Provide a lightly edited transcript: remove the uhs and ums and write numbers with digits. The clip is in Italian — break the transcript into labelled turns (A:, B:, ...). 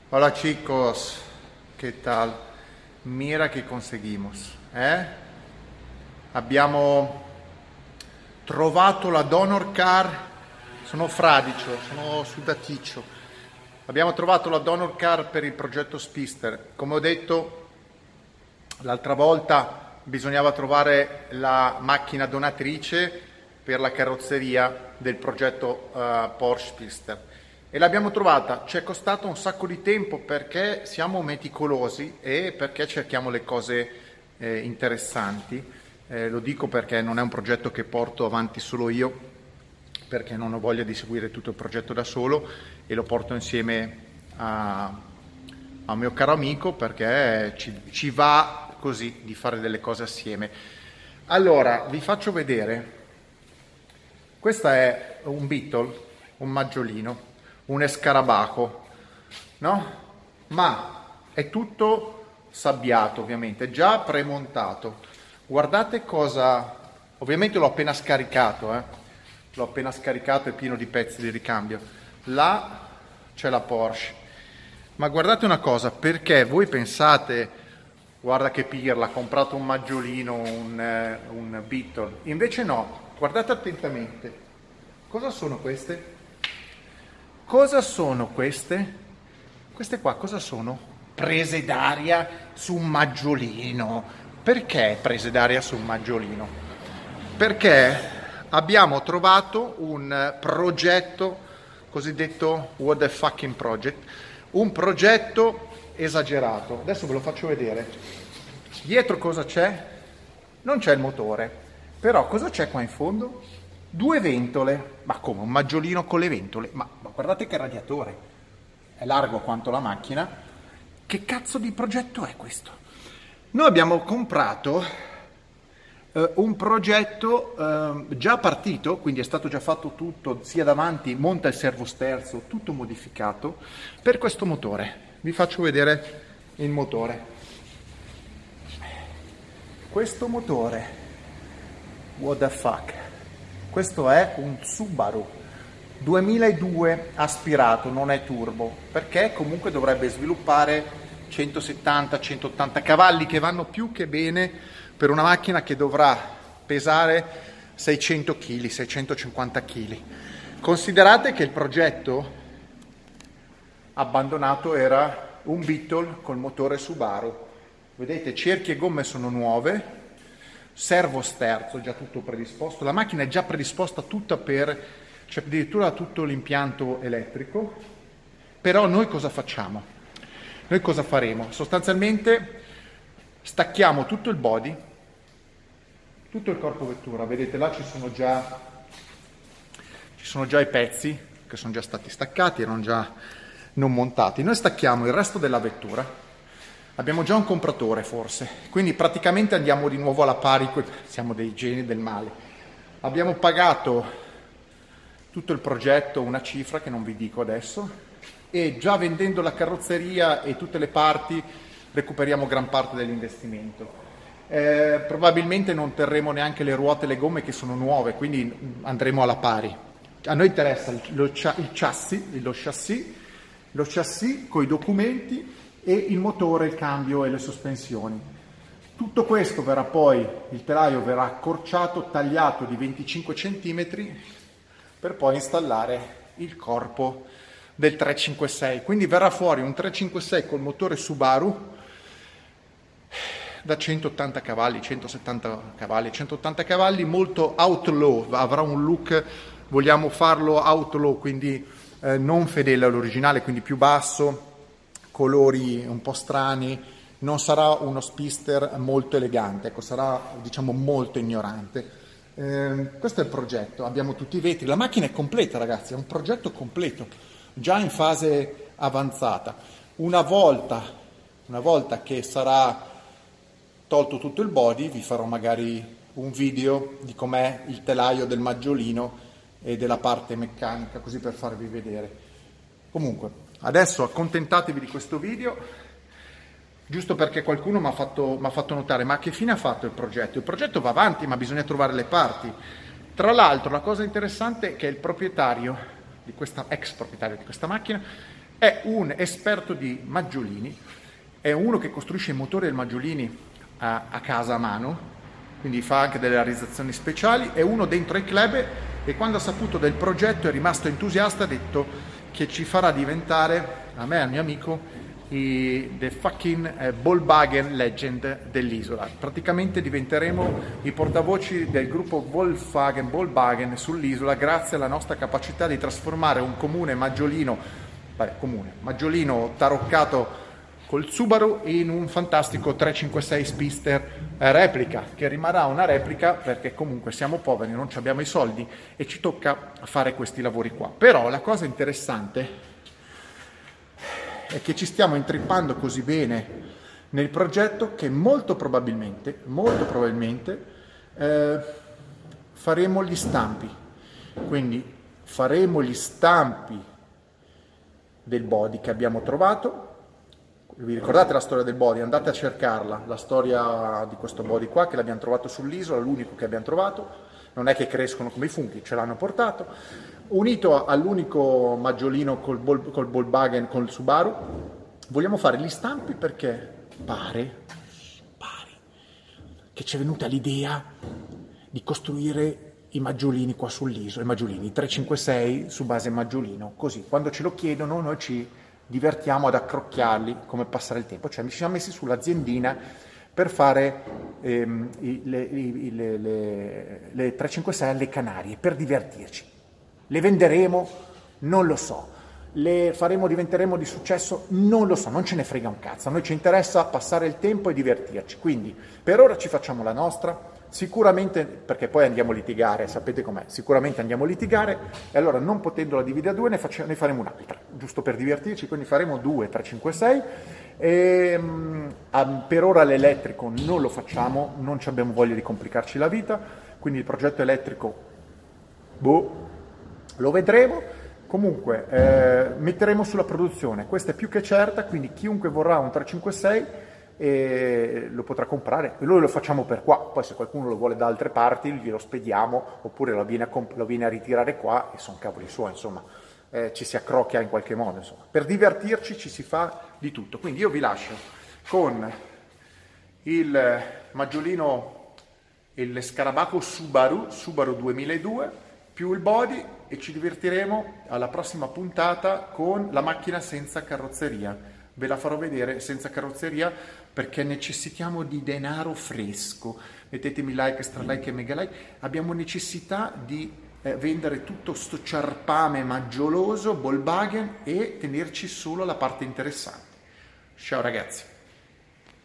A: Hola chicos, ¿qué tal? Mira que conseguimos, eh? Abbiamo trovato la donor car, sono fradicio, sono sudaticcio. Abbiamo trovato la donor car per il progetto Spister. Come ho detto l'altra volta, bisognava trovare la macchina donatrice per la carrozzeria del progetto Porsche Spister. E l'abbiamo trovata. Ci è costato un sacco di tempo perché siamo meticolosi e perché cerchiamo le cose interessanti. Lo dico perché non è un progetto che porto avanti solo io, perché non ho voglia di seguire tutto il progetto da solo e lo porto insieme a un mio caro amico perché ci va così di fare delle cose assieme. Allora, vi faccio vedere. Questo è un Beetle, un maggiolino, un escarabaco, no? Ma è tutto sabbiato, ovviamente, già premontato. Guardate cosa... Ovviamente l'ho appena scaricato, L'ho appena scaricato, è pieno di pezzi di ricambio. Là c'è la Porsche. Ma guardate una cosa, perché voi pensate, guarda che pirla, ha comprato un maggiolino, un Beetle. Invece no, guardate attentamente. Cosa sono queste? Cosa sono queste? Queste qua cosa sono? Prese d'aria su un maggiolino. Perché prese d'aria su un maggiolino? Perché abbiamo trovato un progetto cosiddetto what the fucking project, un progetto esagerato. Adesso ve lo faccio vedere. Dietro cosa c'è? Non c'è il motore, però cosa c'è qua in fondo? Due ventole. Ma come, un maggiolino con le ventole? Ma guardate che radiatore, è largo quanto la macchina. Che cazzo di progetto è questo? Noi abbiamo comprato un progetto già partito, quindi è stato già fatto tutto, sia davanti, monta il servosterzo, tutto modificato per questo motore. Vi faccio vedere il motore. Questo motore, what the fuck, questo è un Subaru 2002 aspirato, non è turbo, perché comunque dovrebbe sviluppare 170-180 cavalli che vanno più che bene per una macchina che dovrà pesare 600 kg, 650 kg. Considerate che il progetto abbandonato era un Beetle col motore Subaru. Vedete, cerchi e gomme sono nuove, servo sterzo già tutto predisposto, la macchina è già predisposta tutta c'è addirittura tutto l'impianto elettrico. Però noi cosa facciamo? Noi cosa faremo? Sostanzialmente stacchiamo tutto il body, tutto il corpo vettura, vedete là ci sono già i pezzi che sono già stati staccati, erano già non montati. Noi stacchiamo il resto della vettura, abbiamo già un compratore forse, quindi praticamente andiamo di nuovo alla pari, siamo dei geni del male. Abbiamo pagato tutto il progetto, una cifra che non vi dico adesso, e già vendendo la carrozzeria e tutte le parti recuperiamo gran parte dell'investimento. Probabilmente non terremo neanche le ruote e le gomme che sono nuove, quindi andremo alla pari. A noi interessa lo chassis con i documenti e il motore, il cambio e le sospensioni. Tutto questo verrà poi, il telaio verrà accorciato, tagliato di 25 cm per poi installare il corpo del 356. Quindi verrà fuori un 356 col motore Subaru da 180 cavalli, 170 cavalli, 180 cavalli, molto outlaw, avrà un look, vogliamo farlo outlaw, quindi non fedele all'originale, quindi più basso, colori un po' strani, non sarà uno Spister molto elegante, ecco, sarà diciamo molto ignorante. Questo è il progetto, abbiamo tutti i vetri, la macchina è completa ragazzi, è un progetto completo, già in fase avanzata. Una volta che sarà tolto tutto il body, vi farò magari un video di com'è il telaio del maggiolino e della parte meccanica, così per farvi vedere. Comunque, adesso accontentatevi di questo video, giusto perché qualcuno mi ha fatto notare, ma che fine ha fatto il progetto? Il progetto va avanti, ma bisogna trovare le parti. Tra l'altro, la cosa interessante è che il proprietario di questa, ex proprietario di questa macchina, È un esperto di maggiolini, è uno che costruisce i motori del maggiolini a casa a mano, quindi fa anche delle realizzazioni speciali, è uno dentro il club e quando ha saputo del progetto è rimasto entusiasta, ha detto che ci farà diventare, a me e al mio amico, the fucking Volkswagen Legend dell'isola. Praticamente diventeremo i portavoci del gruppo Volkswagen sull'isola grazie alla nostra capacità di trasformare un comune maggiolino taroccato col Subaru in un fantastico 356 Spister replica, che rimarrà una replica perché comunque siamo poveri, non abbiamo i soldi e ci tocca fare questi lavori qua. Però la cosa interessante è che ci stiamo intrippando così bene nel progetto che molto probabilmente faremo gli stampi. Quindi faremo gli stampi del body che abbiamo trovato. Vi ricordate la storia del body? Andate a cercarla, la storia di questo body qua che l'abbiamo trovato sull'isola, l'unico che abbiamo trovato. Non è che crescono come i funghi, ce l'hanno portato. Unito all'unico maggiolino col Volkswagen, col Subaru, vogliamo fare gli stampi perché pare che ci è venuta l'idea di costruire i maggiolini qua sull'isola, i maggiolini 356 su base maggiolino, così quando ce lo chiedono noi ci divertiamo ad accrocchiarli come passare il tempo, cioè ci siamo messi sull'aziendina per fare le 356 alle Canarie, per divertirci. Le venderemo? Non lo so. Le faremo, diventeremo di successo? Non lo so, non ce ne frega un cazzo. A noi ci interessa passare il tempo e divertirci. Quindi per ora ci facciamo la nostra, sicuramente, perché poi andiamo a litigare, sapete com'è, sicuramente andiamo a litigare e allora non potendola dividere a due ne faremo un'altra, giusto per divertirci, quindi faremo 2 356 e per ora l'elettrico non lo facciamo, non ci abbiamo voglia di complicarci la vita, quindi il progetto elettrico lo vedremo. Comunque metteremo sulla produzione, questa è più che certa, quindi chiunque vorrà un 356 lo potrà comprare e noi lo facciamo per qua, poi se qualcuno lo vuole da altre parti glielo spediamo oppure lo viene a ritirare qua e sono cavoli suoi, insomma, ci si accrocchia in qualche modo, insomma. Per divertirci ci si fa di tutto, quindi io vi lascio con il maggiolino, il Scarabaco Subaru 2002 più il body e ci divertiremo alla prossima puntata con la macchina senza carrozzeria. Ve la farò vedere senza carrozzeria perché necessitiamo di denaro fresco. Mettetemi like, stralike e mega like. Abbiamo necessità di vendere tutto sto ciarpame maggioloso, Volkswagen e tenerci solo la parte interessante. Ciao ragazzi.